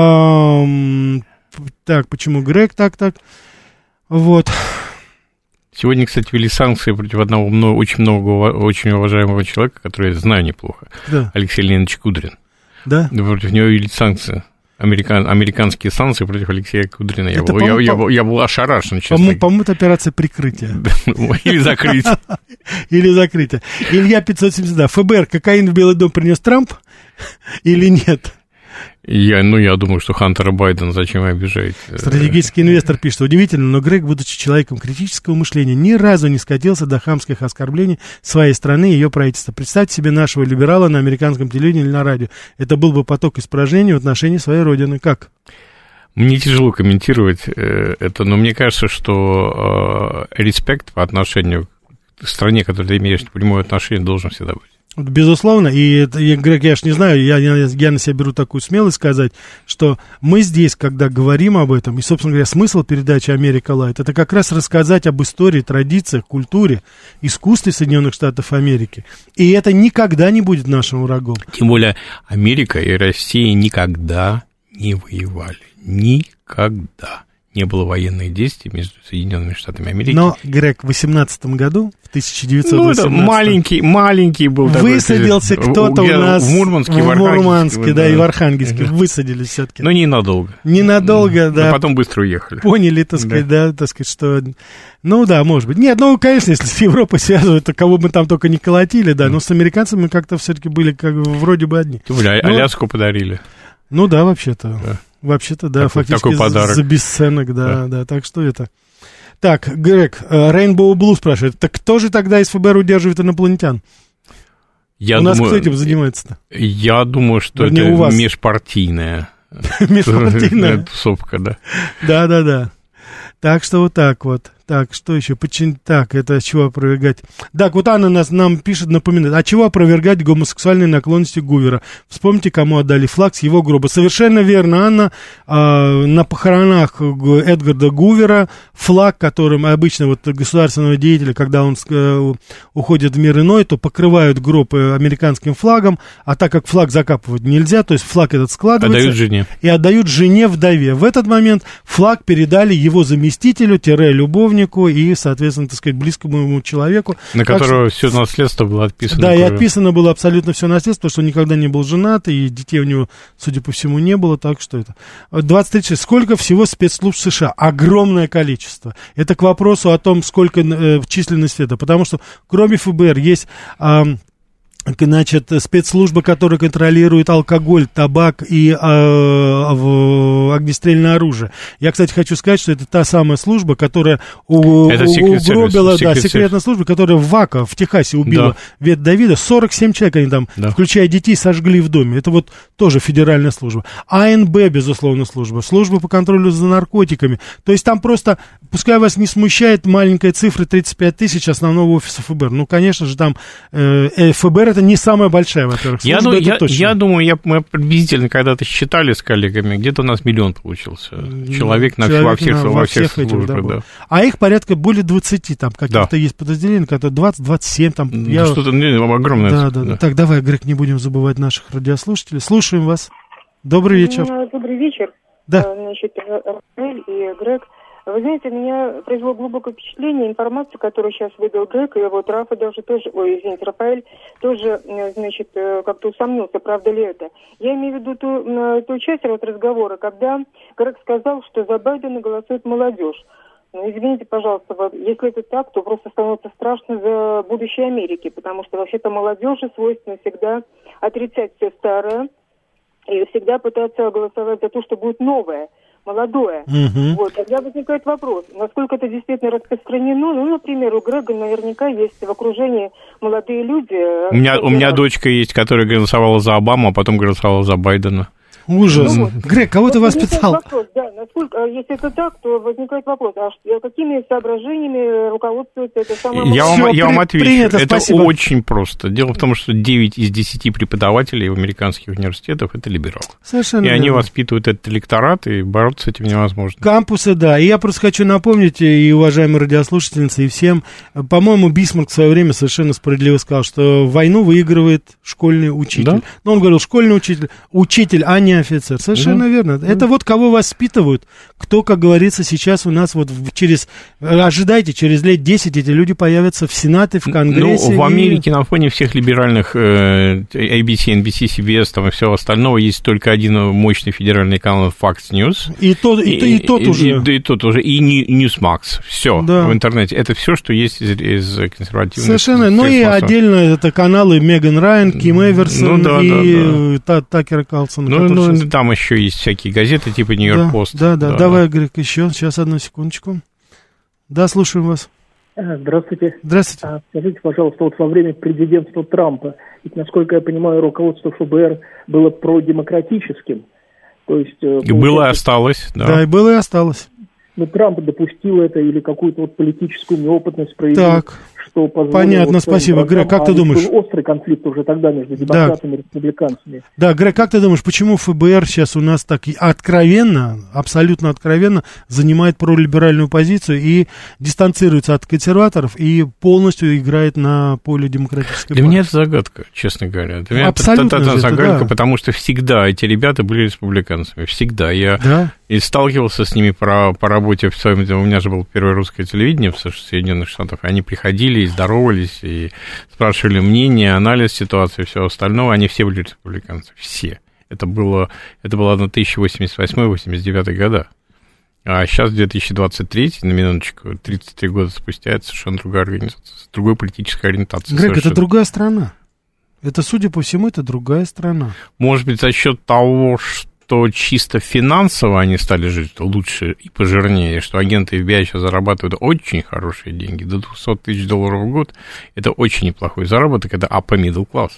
эм, так, почему Грег так, так? Вот. Сегодня, кстати, ввели санкции против одного много, очень много, очень уважаемого человека, который я знаю неплохо, да. Алексей Леонидович Кудрин. Да? Против него ввели санкции, американ, американские санкции против Алексея Кудрина. Я, был, я, я, был, я был ошарашен, честно. По-моему, по-моему, это операция прикрытия. Или закрытия. Или закрытия. Илья пятьсот семьдесят два. ФБР кокаин в Белый дом принес Трамп или нет? Я, ну, я думаю, что Хантера Байдена зачем вы обижаете? Стратегический инвестор пишет, удивительно, но Грег, будучи человеком критического мышления, ни разу не скатился до хамских оскорблений своей страны и ее правительства. Представьте себе нашего либерала на американском телевидении или на радио. Это был бы поток испражнений в отношении своей родины. Как? Мне тяжело комментировать э, это, но мне кажется, что э, респект по отношению к стране, которой ты имеешь прямое отношение, должен всегда быть. Безусловно, и, и Грег, я ж не знаю, я, я, я на себя беру такую смелость сказать, что мы здесь, когда говорим об этом, и, собственно говоря, смысл передачи «Америка Лайт» — это как раз рассказать об истории, традициях, культуре, искусстве Соединенных Штатов Америки, и это никогда не будет нашим врагом. Тем более Америка и Россия никогда не воевали, никогда. Не было военных действий между Соединенными Штатами Америки. Но, Грег, в восемнадцатом году, в тысяча девятьсот восемнадцатом... Ну, это маленький, маленький был такой... Высадился кто-то у нас... В Мурманске, в, в Архангельске. В Мурманске, да, и в Архангельске. Высадились все-таки. Но ненадолго. Ненадолго, да. Но потом быстро уехали. Поняли, так сказать, да, так сказать, что... Ну, да, может быть. Нет, ну, конечно, если с Европой связывают, то кого бы там только не колотили, да, но с американцами мы как-то все-таки были как вроде бы одни. Тем более, Аляску подарили. Ну, да, вообще-то... Да. Вообще-то, да, такой, фактически такой подарок. За бесценок, да, да, да, так что это. Так, Грег, Rainbow Blue спрашивает, так кто же тогда из ФБР удерживает инопланетян? Я у думаю, нас кто этим занимается-то? Я думаю, что Вернее, это вас. межпартийная межпартийная тусовка, да. Да, да, да. Так что вот так вот. Так, что еще? Почин... Так, это чего опровергать? Так, вот Анна нас, нам пишет, напоминает. А чего опровергать гомосексуальные наклонности Гувера? Вспомните, кому отдали флаг с его гроба. Совершенно верно, Анна. А, на похоронах Эдгарда Гувера флаг, которым обычно вот государственного деятеля, когда он э, уходит в мир иной, то покрывают гроб американским флагом, а так как флаг закапывать нельзя, то есть флаг этот складывается. Отдают жене. И отдают жене-вдове. В этот момент флаг передали его заместителю-любовнику и, соответственно, так сказать, близкому ему человеку. На которого все наследство было отписано. Да, и отписано было абсолютно все наследство, потому что он никогда не был женат, и детей у него, судя по всему, не было, так что это. двадцать тридцать шесть. Сколько всего спецслужб США? Огромное количество. Это к вопросу о том, сколько э, численность это, потому что кроме ФБР есть... Э, Значит, спецслужба, которая контролирует алкоголь, табак и э, огнестрельное оружие. Я, кстати, хочу сказать, что это та самая служба, которая у, это у, угробила, да, секретная служба, которая в Вако, в Техасе убила да. Вет Давида. сорок семь человек они там, да. включая детей, сожгли в доме. Это вот тоже федеральная служба. А эн бэ, безусловно, служба. Служба по контролю за наркотиками. То есть там просто, пускай вас не смущает маленькая цифра тридцать пять тысяч основного офиса эф бэ эр. Ну, конечно же, там э, эф бэ эр это не самая большая, во-первых, служба, я, это я, точно. Я думаю, я, мы приблизительно когда-то считали с коллегами, где-то у нас миллион получился. Человек, на, Человек во всех, на, во всех, всех службах, этих, да, да. А их порядка более двадцати, там каких-то да. есть подразделения, которые двадцать двадцать семь, там... Ну, я... Что-то не, огромное. Да, да, да. Так, давай, Грег, не будем забывать наших радиослушателей. Слушаем вас. Добрый вечер. Добрый вечер. Да. Значит, Рафаэль и Грег. Вы знаете, меня произвело глубокое впечатление информация, которую сейчас выдал Грег, и вот Рафа даже тоже, ой, извините, Рафаэль тоже, значит, как-то усомнился, правда ли это. Я имею в виду ту, ту часть вот разговора, когда Грег сказал, что за Байдена голосует молодежь. Ну, извините, пожалуйста, вот, если это так, то просто становится страшно за будущее Америки, потому что вообще-то молодежи свойственно всегда отрицать все старое и всегда пытаться голосовать за то, что будет новое. Молодое. Uh-huh. Вот. Тогда возникает вопрос, насколько это действительно распространено. Ну, например, у Грега наверняка есть в окружении молодые люди. У меня, у меня дочка есть, которая голосовала за Обаму, а потом голосовала за Байдена. Ужас. Ну, вот. Грег, кого ты воспитал? Вопрос, да, насколько, если это так, то возникает вопрос, а какими соображениями руководствуется это самое... Я вам, я вам отвечу, принято, это спасибо. Очень просто. Дело в том, что девять из десяти преподавателей в американских университетах это либералы. Совершенно И верно. Они воспитывают этот электорат, и бороться с этим невозможно. Кампусы, да. И я просто хочу напомнить, и уважаемые радиослушательницы, и всем, по-моему, Бисмарк в свое время совершенно справедливо сказал, что войну выигрывает школьный учитель. Да? Но он говорил, школьный учитель, учитель, а не офицер. Совершенно да. верно. Да. Это вот кого воспитывают, кто, как говорится, сейчас у нас вот через... Ожидайте, через лет десять эти люди появятся в Сенате, в Конгрессе. Ну, в Америке и... на фоне всех либеральных э, эй би си, эн би си, си би эс там, и всего остального есть только один мощный федеральный канал Fox News. И тот, и, и, и тот и, уже. И, и, и тот уже. И Newsmax. Все да. в интернете. Это все, что есть из, из консервативных... Совершенно. Ну и отдельно это каналы Меган Райан, Ким Эверсон ну, да, и да, да. Такера Карлсона. Ну, ну сейчас... там еще есть всякие газеты типа Нью-Йорк Пост. Да, да, да. Давай, Грег, еще. Сейчас, одну секундочку. Да, слушаем вас. Здравствуйте. Здравствуйте. А, скажите, пожалуйста, вот во время президентства Трампа, ведь, насколько я понимаю, руководство эф бэ эр было продемократическим. То есть, и было и осталось, да. Да, и было и осталось. Но Трамп допустил это или какую-то вот политическую неопытность проявил. Так. Что Понятно, вот спасибо. Грег, как а ты думаешь? Был острый конфликт уже тогда между демократами да. и республиканцами. Да, Грег, как ты думаешь, почему эф бэ эр сейчас у нас так откровенно, абсолютно откровенно занимает пролиберальную позицию и дистанцируется от консерваторов и полностью играет на поле демократической Для партии? Меня это загадка, честно говоря. Для меня абсолютно это, это, это загадка, это, да. потому что всегда эти ребята были республиканцами. Всегда. Я да? и сталкивался с ними по, по работе в своем... У меня же было первое русское телевидение в Соединенных Штатах. Они приходили и здоровались, и спрашивали мнение, анализ ситуации и всего остального. Они все были республиканцы. Все. Это было, это было тысяча восемьдесят восьмой — восемьдесят девятый года. А сейчас две тысячи двадцать третий, на минуточку, тридцать три года спустя, это совершенно другая организация, с другой политической ориентацией. Грег, совершенно. Это другая страна. Это, судя по всему, это другая страна. Может быть, за счет того, что что чисто финансово они стали жить лучше и пожирнее, что агенты эф би ай сейчас зарабатывают очень хорошие деньги, до двести тысяч долларов в год, это очень неплохой заработок, это upper middle class.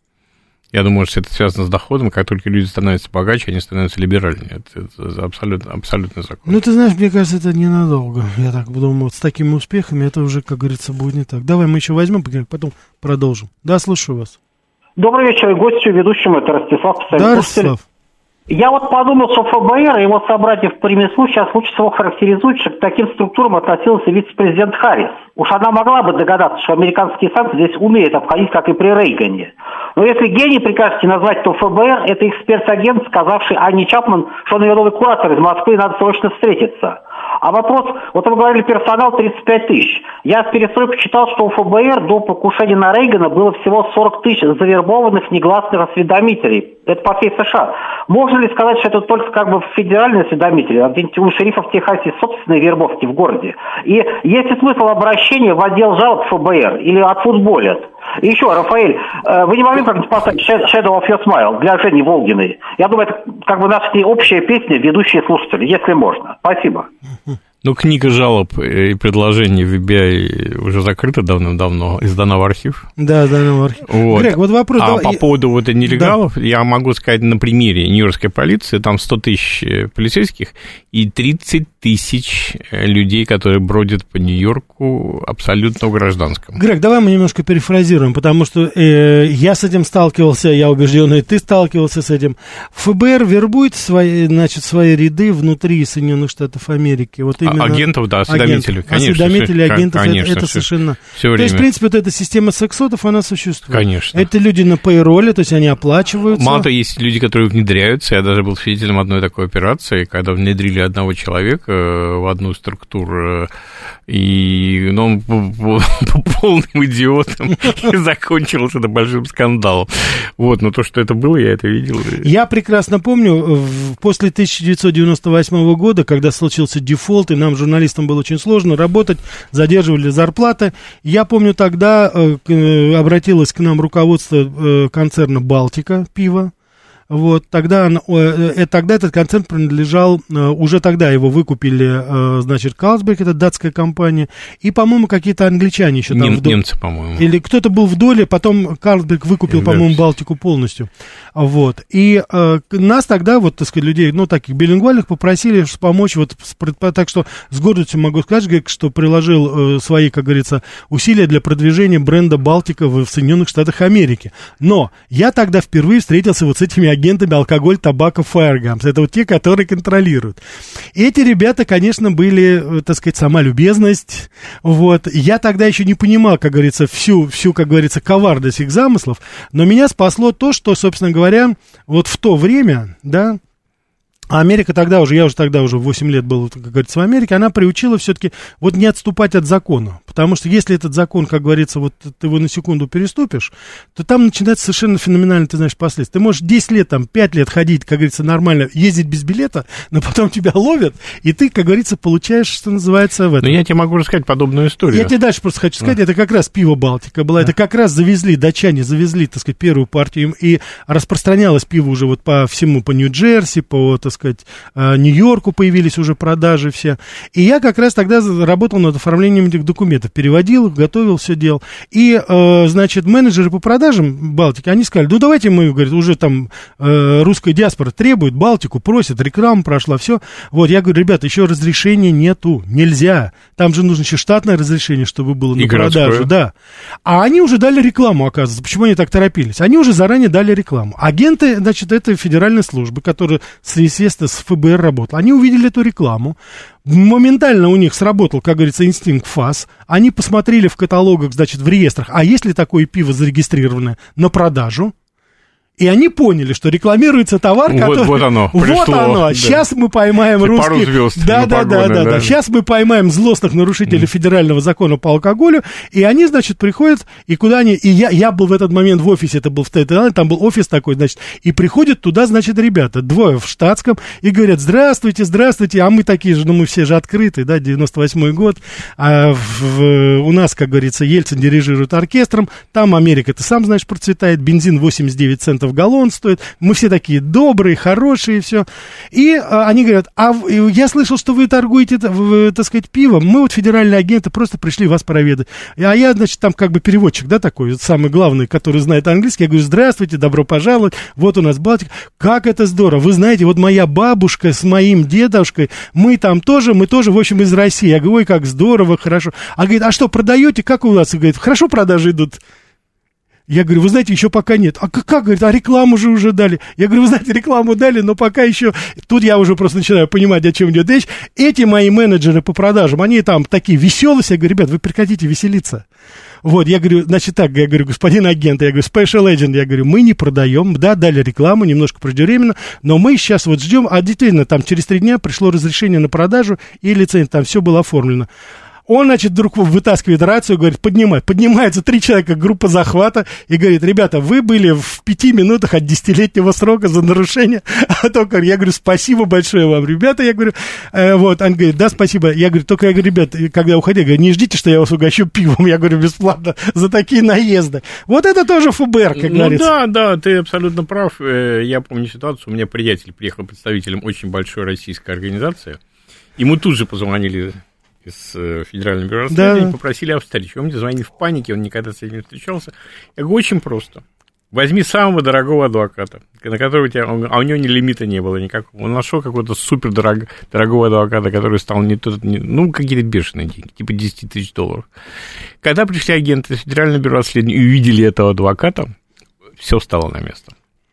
Я думаю, что это связано с доходом, как только люди становятся богаче, они становятся либеральнее. Это, это абсолютно, абсолютно закон. Ну, ты знаешь, мне кажется, это ненадолго. Я так думаю, вот с такими успехами это уже, как говорится, будет не так. Давай мы еще возьмем, потом продолжим. Да, слушаю вас. Добрый вечер, гостю, ведущему, это Ростислав. Да, Ростислав. Я вот подумал, что эф бэ эр и его собратьев по ремеслу сейчас лучше всего характеризует, что к таким структурам относился вице-президент Харрис. Уж она могла бы догадаться, что американские санкции здесь умеют обходить, как и при Рейгане. Но если гений прикажете назвать, то эф бэ эр – это эксперт-агент, сказавший Анне Чапман, что он ее новый куратор из Москвы, и надо срочно встретиться. А вопрос, вот вы говорили, персонал тридцать пять тысяч. Я с перестройкой читал, что у ФБР до покушения на Рейгана было всего сорок тысяч завербованных негласных осведомителей. Это по всей США. Можно ли сказать, что это только как бы федеральные осведомители, а где-нибудь у шерифов в Техасе собственные вербовки в городе? И есть ли смысл обращения в отдел жалоб ФБР или отфутболят? И еще, Рафаэль, вы не могли как-нибудь поставить Shadow of Your Smile для Жени Волгиной? Я думаю, это как бы наша общая песня, ведущие слушатели, если можно. Спасибо. Ну, книга жалоб и предложений в эф би ай уже закрыта давным-давно, издана в архив. Да, сдана в архив. Вот. Грег, вот вопрос... А давай... по поводу вот нелегалов, да. Я могу сказать на примере нью-йоркской полиции, там сто тысяч полицейских и тридцать тысяч людей, которые бродят по Нью-Йорку абсолютно в гражданском. Грег, давай мы немножко перефразируем, потому что э, я с этим сталкивался, я убежден, и ты сталкивался с этим. ФБР вербует свои, значит, свои ряды внутри Соединенных Штатов Америки. Вот именно агентов, да, осведомителей, агентов. конечно. Осведомители, агентов, конечно, это, это все, совершенно... Все то есть, в принципе, вот эта система сексотов, она существует. Конечно. Это люди на пейроле, то есть они оплачиваются. Мало того, есть люди, которые внедряются. Я даже был свидетелем одной такой операции, когда внедрили одного человека в одну структуру, и ну, он был полным идиотом, и закончилось это большим скандалом. Вот, но то, что это было, я это видел. Я прекрасно помню, после тысяча девятьсот девяносто восьмого года, когда случился дефолт, и нам, журналистам, было очень сложно работать, задерживали зарплаты, я помню, тогда э, обратилось к нам руководство э, концерна «Балтика» пива. Вот, тогда, э, тогда этот концерн принадлежал, э, уже тогда его выкупили, э, значит, Carlsberg, это датская компания, и, по-моему, какие-то англичане еще там Нем, в доле. Немцы, по-моему. Или кто-то был в доле, потом Carlsberg выкупил, по-моему, Балтику полностью. Вот, и э, нас тогда, вот, так сказать, людей, ну, таких билингвальных, попросили помочь, вот, так что с гордостью могу сказать, Грег, что приложил э, свои, как говорится, усилия для продвижения бренда Балтика в, в Соединенных Штатах Америки. Но я тогда впервые встретился вот с этими агентами алкоголь, табака, Firearms. Это вот те, которые контролируют. И эти ребята, конечно, были, так сказать, сама любезность. Вот. Я тогда еще не понимал, как говорится, всю, всю, как говорится, коварность их замыслов. Но меня спасло то, что, собственно говоря, вот в то время, да, а Америка тогда уже, я уже тогда уже восемь лет был, как говорится, в Америке, она приучила все-таки вот не отступать от закона. Потому что если этот закон, как говорится, вот ты его на секунду переступишь, то там начинается совершенно феноменально, ты знаешь, последствия. Ты можешь десять лет, там, пять лет ходить, как говорится, нормально, ездить без билета, но потом тебя ловят, и ты, как говорится, получаешь, что называется, в этом. Но я тебе могу рассказать подобную историю. Я тебе дальше просто хочу сказать, а. это как раз пиво Балтика было, а. это как раз завезли, датчане завезли, так сказать, первую партию, и распространялось пиво уже вот по всему, по Нью-Джерси, по, так сказать, Нью-Йорку появились уже продажи все. И я как раз тогда работал над оформлением этих документов, переводил, готовил, все делал. И, э, значит, менеджеры по продажам Балтики, они сказали, ну, давайте мы, говорит, уже там э, русская диаспора требует, Балтику просит, реклама прошла, все. Вот, я говорю, ребята, еще разрешения нету, нельзя. Там же нужно еще штатное разрешение, чтобы было на продажу. Да. А они уже дали рекламу, оказывается. Почему они так торопились? Они уже заранее дали рекламу. Агенты, значит, это федеральной службы, которые, естественно, с ФБР работал. Они увидели эту рекламу, моментально у них сработал, как говорится, инстинкт ФАС. Они посмотрели в каталогах, значит, в реестрах, а есть ли такое пиво зарегистрированное на продажу. И они поняли, что рекламируется товар, вот, который... Вот оно, Вот пришло, оно, да. Сейчас мы поймаем русских... Пару звезд да, на да, погоны, да, да, да. да. Сейчас мы поймаем злостных нарушителей mm. федерального закона по алкоголю, и они, значит, приходят, и куда они... И я, я был в этот момент в офисе, это был в Стейтен-Айленде, там был офис такой, значит, и приходят туда, значит, ребята, двое в штатском, и говорят, здравствуйте, здравствуйте, а мы такие же, ну, мы все же открытые, да, девяносто восьмой год, а в, в, у нас, как говорится, Ельцин дирижирует оркестром, там Америка, ты сам знаешь, процветает, бензин восемьдесят девять центов галлон стоит, мы все такие добрые, хорошие, все. И а, они говорят, а я слышал, что вы торгуете, в, так сказать, пивом. Мы вот федеральные агенты просто пришли вас проведать. А я, значит, там как бы переводчик, да, такой, самый главный, который знает английский. Я говорю, здравствуйте, добро пожаловать. Вот у нас Балтика. Как это здорово. Вы знаете, вот моя бабушка с моим дедушкой, мы там тоже, мы тоже, в общем, из России. Я говорю, ой, как здорово, хорошо. А говорит, а что, продаете? Как у вас? И говорит, хорошо продажи идут. Я говорю, вы знаете, еще пока нет. А как, как, говорит, а рекламу же уже дали. Я говорю, вы знаете, рекламу дали, но пока еще... Тут я уже просто начинаю понимать, о чем идет речь. Эти мои менеджеры по продажам, они там такие веселые. Я говорю, ребят, вы прекратите веселиться. Вот, я говорю, значит так, я говорю, господин агент, я говорю, Special Agent, я говорю, мы не продаем, да, дали рекламу, немножко преждевременно, но мы сейчас вот ждем, а действительно, там через три дня пришло разрешение на продажу и лицензия, там все было оформлено. Он, значит, вдруг вытаскивает рацию, говорит, поднимай. Поднимается три человека, группа захвата, и говорит, ребята, вы были в пяти минутах от десятилетнего срока за нарушение. А только я говорю, спасибо большое вам, ребята. Я говорю, э, вот, он говорит, да, спасибо. Я говорю, только, я говорю, ребят, когда уходя, я говорю, не ждите, что я вас угощу пивом. Я говорю, бесплатно за такие наезды. Вот это тоже ФБР, как ну, говорится. Ну да, да, ты абсолютно прав. Я помню ситуацию, у меня приятель приехал представителем очень большой российской организации. Ему тут же позвонили из Федерального бюро расследований, да. Попросили о встрече. Он мне звонил в панике, он никогда с этим не встречался. Я говорю, очень просто. Возьми самого дорогого адвоката, на которого у тебя, а у него ни лимита не было никакого. Он нашел какого-то супер дорог, дорогого адвоката, который стал не тот, не, ну, какие-то бешеные деньги, типа десять тысяч долларов. Когда пришли агенты из Федерального бюро расследований и увидели этого адвоката, все встало на место.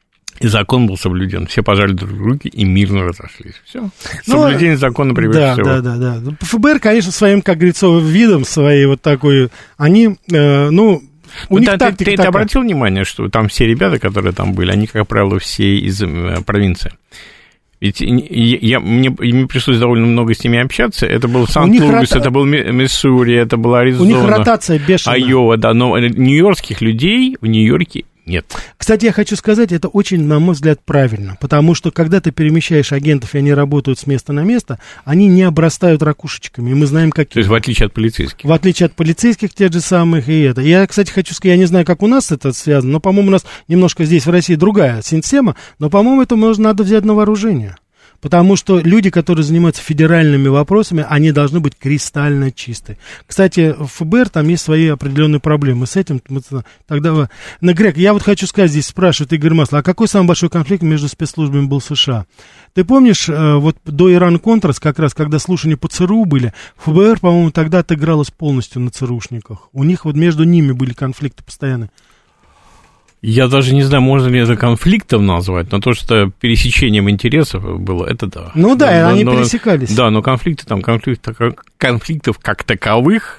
И закон был соблюден. Все пожали друг другу руки и мирно разошлись. Все. Соблюдение ну, закона превыше да, всего. Да, да, да. ФБР, конечно, своим, как говорится, видом, своей вот такой, они, э, ну, у вот них ты, тактика ты, ты обратил внимание, что там все ребята, которые там были, они, как правило, все из э, провинции. Ведь я, мне, мне пришлось довольно много с ними общаться. Это был Сант-Луис, рота... это был Миссури, это была Аризона. У них ротация бешеная. Айова, да. Но нью-йоркских людей в Нью-Йорке нет. Кстати, я хочу сказать, это очень, на мой взгляд, правильно, потому что, когда ты перемещаешь агентов, и они работают с места на место, они не обрастают ракушечками, и мы знаем, какие. То есть, в отличие от полицейских. В отличие от полицейских, тех же самых, и это. Я, кстати, хочу сказать, я не знаю, как у нас это связано, но, по-моему, у нас немножко здесь, в России, другая система, но, по-моему, это можно, надо взять на вооружение. Потому что люди, которые занимаются федеральными вопросами, они должны быть кристально чисты. Кстати, в ФБР там есть свои определенные проблемы с этим. Тогда, на Грег, я вот хочу сказать, здесь спрашивает Игорь Маслов, а какой самый большой конфликт между спецслужбами был в США? Ты помнишь, вот до Иран-Контрас, как раз, когда слушания по ЦРУ были, ФБР, по-моему, тогда отыгралось полностью на ЦРУшниках. У них вот между ними были конфликты постоянные. Я даже не знаю, можно ли это конфликтом назвать, но то, что пересечением интересов было, это да. Ну да, но, они но, пересекались. Да, но конфликты там, конфликты, конфликтов как таковых,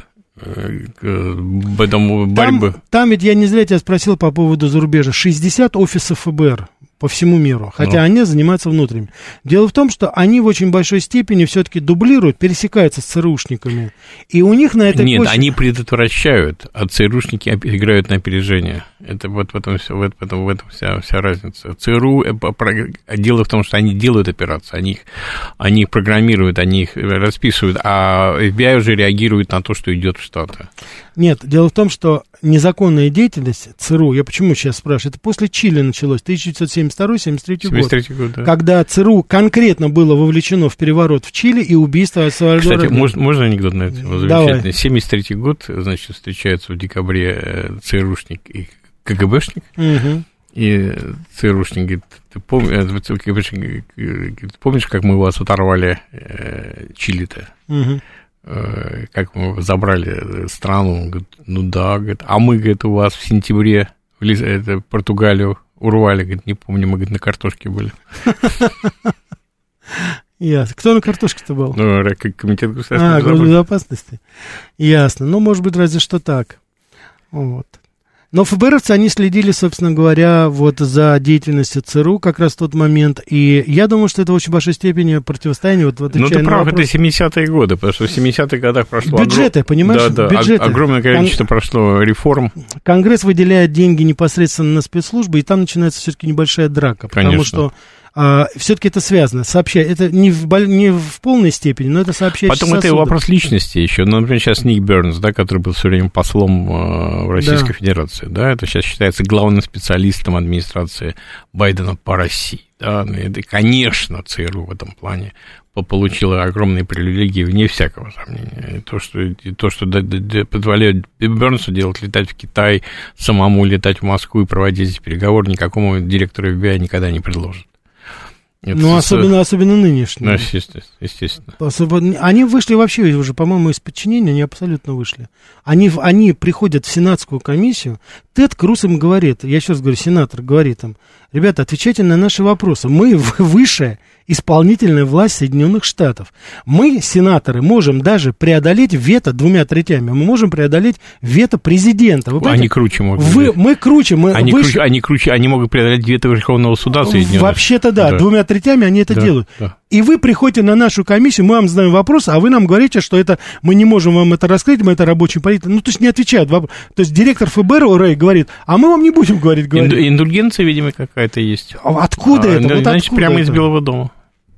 в этом борьбы. Там, там ведь я не зря тебя спросил по поводу зарубежья. шестьдесят офисов ФБР по всему миру, хотя ну. они занимаются внутренним. Дело в том, что они в очень большой степени все-таки дублируют, пересекаются с ЦРУшниками, и у них на этой Нет, почве... они предотвращают, а ЦРУшники играют на опережение. Это вот в этом, в этом, в этом вся, вся разница. ЦРУ, дело в том, что они делают операции, они их, они их программируют, они их расписывают, а эф би ай уже реагирует на то, что идет в Штаты. Нет, дело в том, что незаконная деятельность ЦРУ, я почему сейчас спрашиваю, это после Чили началось, тысяча девятьсот семьдесят второй — семьдесят третий год, год да. когда ЦРУ конкретно было вовлечено в переворот в Чили и убийство Сальвадора. Кстати, можно, можно анекдот на это? Замечательный. семьдесят третий год, значит, встречаются в декабре ЦРУшник и КГБшник, угу. и ЦРУшник говорит, ты помнишь, помнишь, как мы вас оторвали э, Чили-то? Угу. Как мы забрали страну, он говорит, ну да, говорит, а мы, говорит, у вас в сентябре в Лиз... это, Португалию урвали, говорит, не помню, мы, говорит, на картошке были. Ясно. Кто на картошке-то был? Ну, комитет государственной безопасности. А, безопасности. Ясно. Ну, может быть, разве что так. Вот. Но ФБРовцы, они следили, собственно говоря, вот за деятельностью ЦРУ как раз в тот момент, и я думаю, что это в очень большой степени противостояние. Вот, ну, ты прав, это семидесятые годы, потому что в семидесятых годах прошло... Бюджеты, огром... понимаешь? Да, да, бюджеты. Огромное количество Кон... прошло реформ. Конгресс выделяет деньги непосредственно на спецслужбы, и там начинается все-таки небольшая драка, потому Конечно. что... А, все-таки это связано, сообщает, это не в, не в полной степени, но это сообщает. Потом это сосудов. Вопрос личности еще, ну, например, сейчас Ник Бернс, да, который был все время послом в Российской да. Федерации, да, это сейчас считается главным специалистом администрации Байдена по России, да, это, конечно, ЦРУ в этом плане получила огромные привилегии, вне всякого сомнения. И то, что, и то, что позволяет Бернсу делать, летать в Китай, самому летать в Москву и проводить здесь переговоры, никакому директору эф би ай никогда не предложат. Это ну, особенно, особенно нынешние. Ну, естественно. естественно. Особенно, они вышли вообще уже, по-моему, из подчинения, они абсолютно вышли. Они, они приходят в Сенатскую комиссию, Тед Круз им говорит, я еще раз говорю, сенатор говорит им, ребята, отвечайте на наши вопросы, мы выше исполнительная власть Соединенных Штатов. Мы, сенаторы, можем даже преодолеть вето двумя третями. Мы можем преодолеть вето президента. Вы они круче могут. Вы, мы круче. Мы они, выше... круче они круче. Они могут преодолеть вето Верховного суда Соединенных. Вообще-то да, да. Двумя третями они это да, делают. Да. И вы приходите на нашу комиссию, мы вам задаем вопрос, а вы нам говорите, что это мы не можем вам это раскрыть, мы это рабочий политик. Ну, то есть не отвечают. То есть директор ФБР Рэй говорит, а мы вам не будем говорить. говорить. Инду- индульгенция, видимо, какая-то есть. А откуда а, это? Вот значит, откуда прямо это? из Белого дома.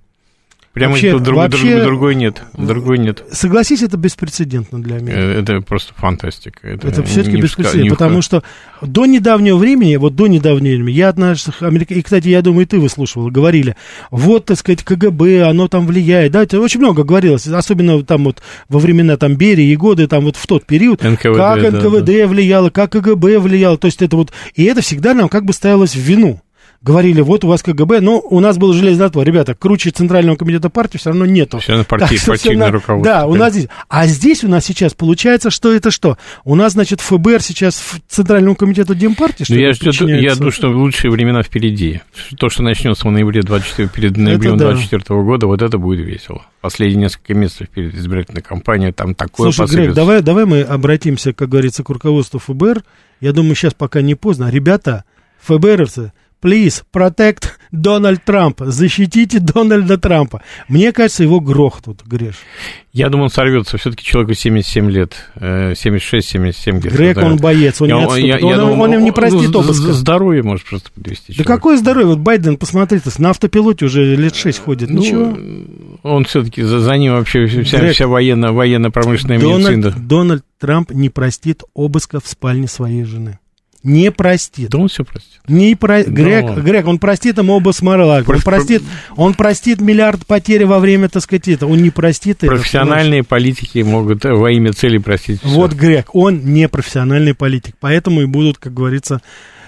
Прямо вообще, друг, вообще, друг, другой нет. Другой нет. Согласись, это беспрецедентно для Америки. Это просто фантастика. Это, это все-таки беспрецедентно, в... потому что до недавнего времени, вот до недавнего времени, я от наших американцев, и, кстати, я думаю, и ты выслушивал, говорили, вот, так сказать, КГБ, оно там влияет, да, это очень много говорилось, особенно там вот во времена там Берии и годы, там вот в тот период, эн ка вэ дэ, как эн ка вэ дэ да, влияло, как КГБ влияло, то есть это вот, и это всегда нам как бы ставилось в вину. Говорили, вот у вас КГБ, но у нас был железный отвор. Ребята, круче Центрального комитета партии все равно нету. Все на партии, партийное руководство. Да, у нас здесь. А здесь у нас сейчас получается, что это что? У нас, значит, ФБР сейчас в Центральному комитету Демпартии, что ли, я, я думаю, что лучшие времена впереди. То, что начнется в ноябре двадцать четвёртого, перед ноябрем двадцать четвёртого года, вот это будет весело. Последние несколько месяцев перед избирательной кампанией, там такое посыпется. Слушай, Грег, давай, давай мы обратимся, как говорится, к руководству ФБР. Я думаю, сейчас пока не поздно. Ребята, ФБРовцы, please, protect Дональд Трамп. Защитите Дональда Трампа. Мне кажется, его грохнут, Греш. Я думаю, он сорвется. Все-таки человеку семьдесят семь лет. семьдесят шесть семьдесят семь лет. Грег, он боец, он я, не отступит. Я, я он, думаю, он им не простит обыска. Здоровье может просто подвести. Да какое здоровье? Вот Байден, посмотрите, на автопилоте уже лет шесть ходит. Ну, ничего. Он все-таки, за, за ним вообще вся, Грег, вся военно, военно-промышленная медицина. Дональд Трамп не простит обыска в спальне своей жены. Не простит. Да он все простит. Не про... Грег, он... Грег, он простит ему оба смарла. Он простит, он простит миллиард потерь во время, так сказать, это. Он не простит это. Профессиональные это, политики могут во имя цели простить все. Вот, Грег, он не профессиональный политик. Поэтому и будут, как говорится...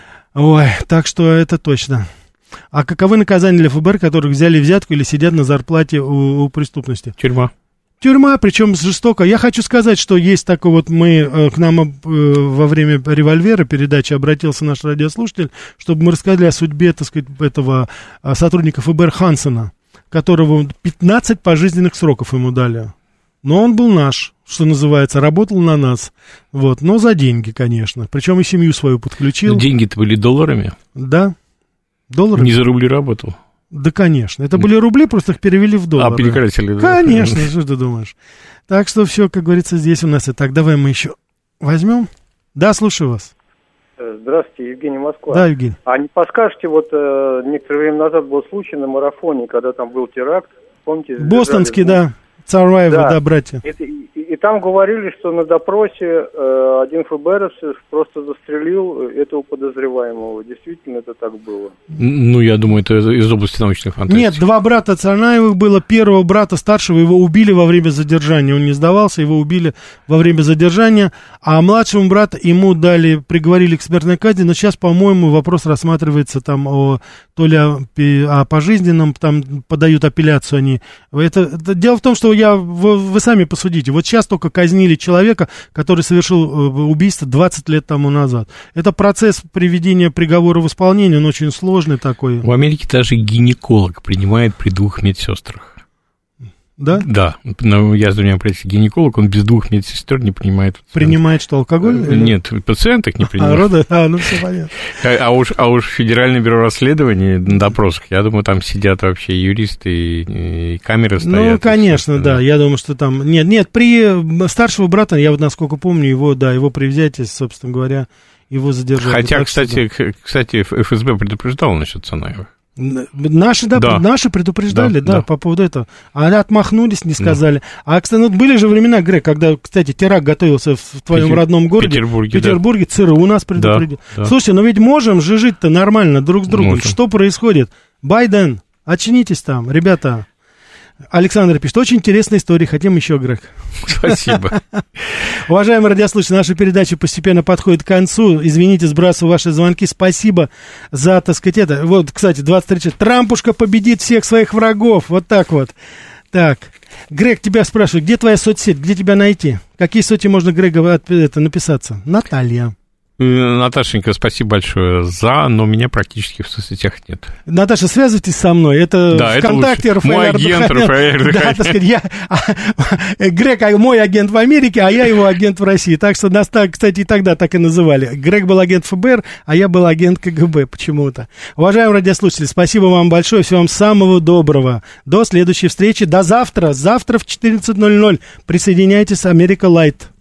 Ой, так что это точно. А каковы наказания для ФБР, которых взяли взятку или сидят на зарплате у, у преступности? Тюрьма. Тюрьма, причем жестоко. Я хочу сказать, что есть такой вот, мы, э, к нам э, во время «Револьвера» передачи обратился наш радиослушатель, чтобы мы рассказали о судьбе, так сказать, этого э, сотрудника ФБР Хансена, которого пятнадцать пожизненных сроков ему дали. Но он был наш, что называется, работал на нас, вот, но за деньги, конечно. Причем и семью свою подключил. Но деньги-то были долларами? Да, долларами. Не за рубли работал? Да, конечно. Это были рубли, просто их перевели в доллары. А, перекрасили. Да? Конечно, что ты думаешь. Так что все, как говорится, здесь у нас. Итак, давай мы еще возьмем. Да, слушаю вас. Здравствуйте, Евгений, Москва. Да, Евгений. А не подскажете, вот э, некоторое время назад был случай на марафоне, когда там был теракт, помните? Бостонский, да. Царваева, да. да, братья. И, и, и там говорили, что на допросе э, один ФБРовец просто застрелил этого подозреваемого. Действительно, это так было? Ну, я думаю, это из области научных фантастик. Нет, два брата Царнаевых было. Первого брата старшего его убили во время задержания. Он не сдавался, его убили во время задержания. А младшему брату ему дали, приговорили к смертной казни. Но сейчас, по-моему, вопрос рассматривается там о, то ли о, о пожизненном, там подают апелляцию они. Это, это, дело в том, что я, вы, вы сами посудите. Вот сейчас только казнили человека, который совершил убийство двадцать лет тому назад. Это процесс приведения приговора в исполнение, он очень сложный такой. В Америке даже гинеколог принимает при двух медсестрах. Да? Да. Но я за меня просил гинеколог, он без двух медсестер не принимает пациентов. Принимает что, алкоголь? Нет, пациенток не принимает. А, роды? А, ну все понятно. А, а, уж, а уж Федеральное бюро расследований на допросах, я думаю, там сидят вообще юристы и, и камеры стоят. Ну, конечно, да. да. Я думаю, что там... Нет, нет, при старшего брата, я вот насколько помню, его, да, его при взятии, собственно говоря, его задержали. Хотя, кстати, да. кстати, эф эс бэ предупреждал насчет Царнаевых. Наши, да, да. наши предупреждали, да, да, да, по поводу этого. А отмахнулись, не сказали. Да. А, кстати, ну, были же времена, Грег, когда, кстати, теракт готовился в твоем Петер... родном городе. Петербурге, Петербурге, да. ЦРУ нас предупредил. Да, да. Слушайте, ну ведь можем же жить-то нормально друг с другом. Можем. Что происходит? Байден, очнитесь там, ребята. Александр пишет, очень интересная история, хотим еще, Грег. Спасибо. Уважаемые радиослушатели, наша передача постепенно подходит к концу. Извините, сбрасываю ваши звонки. Спасибо за, так сказать, это. Вот, кстати, двадцать третье. Трампушка победит всех своих врагов. Вот так вот. Так. Грег, тебя спрашивают, где твоя соцсеть? Где тебя найти? Какие соцсети можно, Грега, это, написаться? Наталья. Наташенька, спасибо большое за, но меня практически в соцсетях нет. Наташа, связывайтесь со мной. Это да, ВКонтакте это мой агент Рафаэль Ардуханян. Да, так сказать, я, Грег мой агент в Америке, а я его агент в России. Так что нас, так, кстати, и тогда так и называли. Грег был агент ФБР, а я был агент КГБ почему-то. Уважаемые радиослушатели, спасибо вам большое. Всего вам самого доброго. До следующей встречи. До завтра. Завтра в четырнадцать ноль ноль. Присоединяйтесь. Америка Лайт.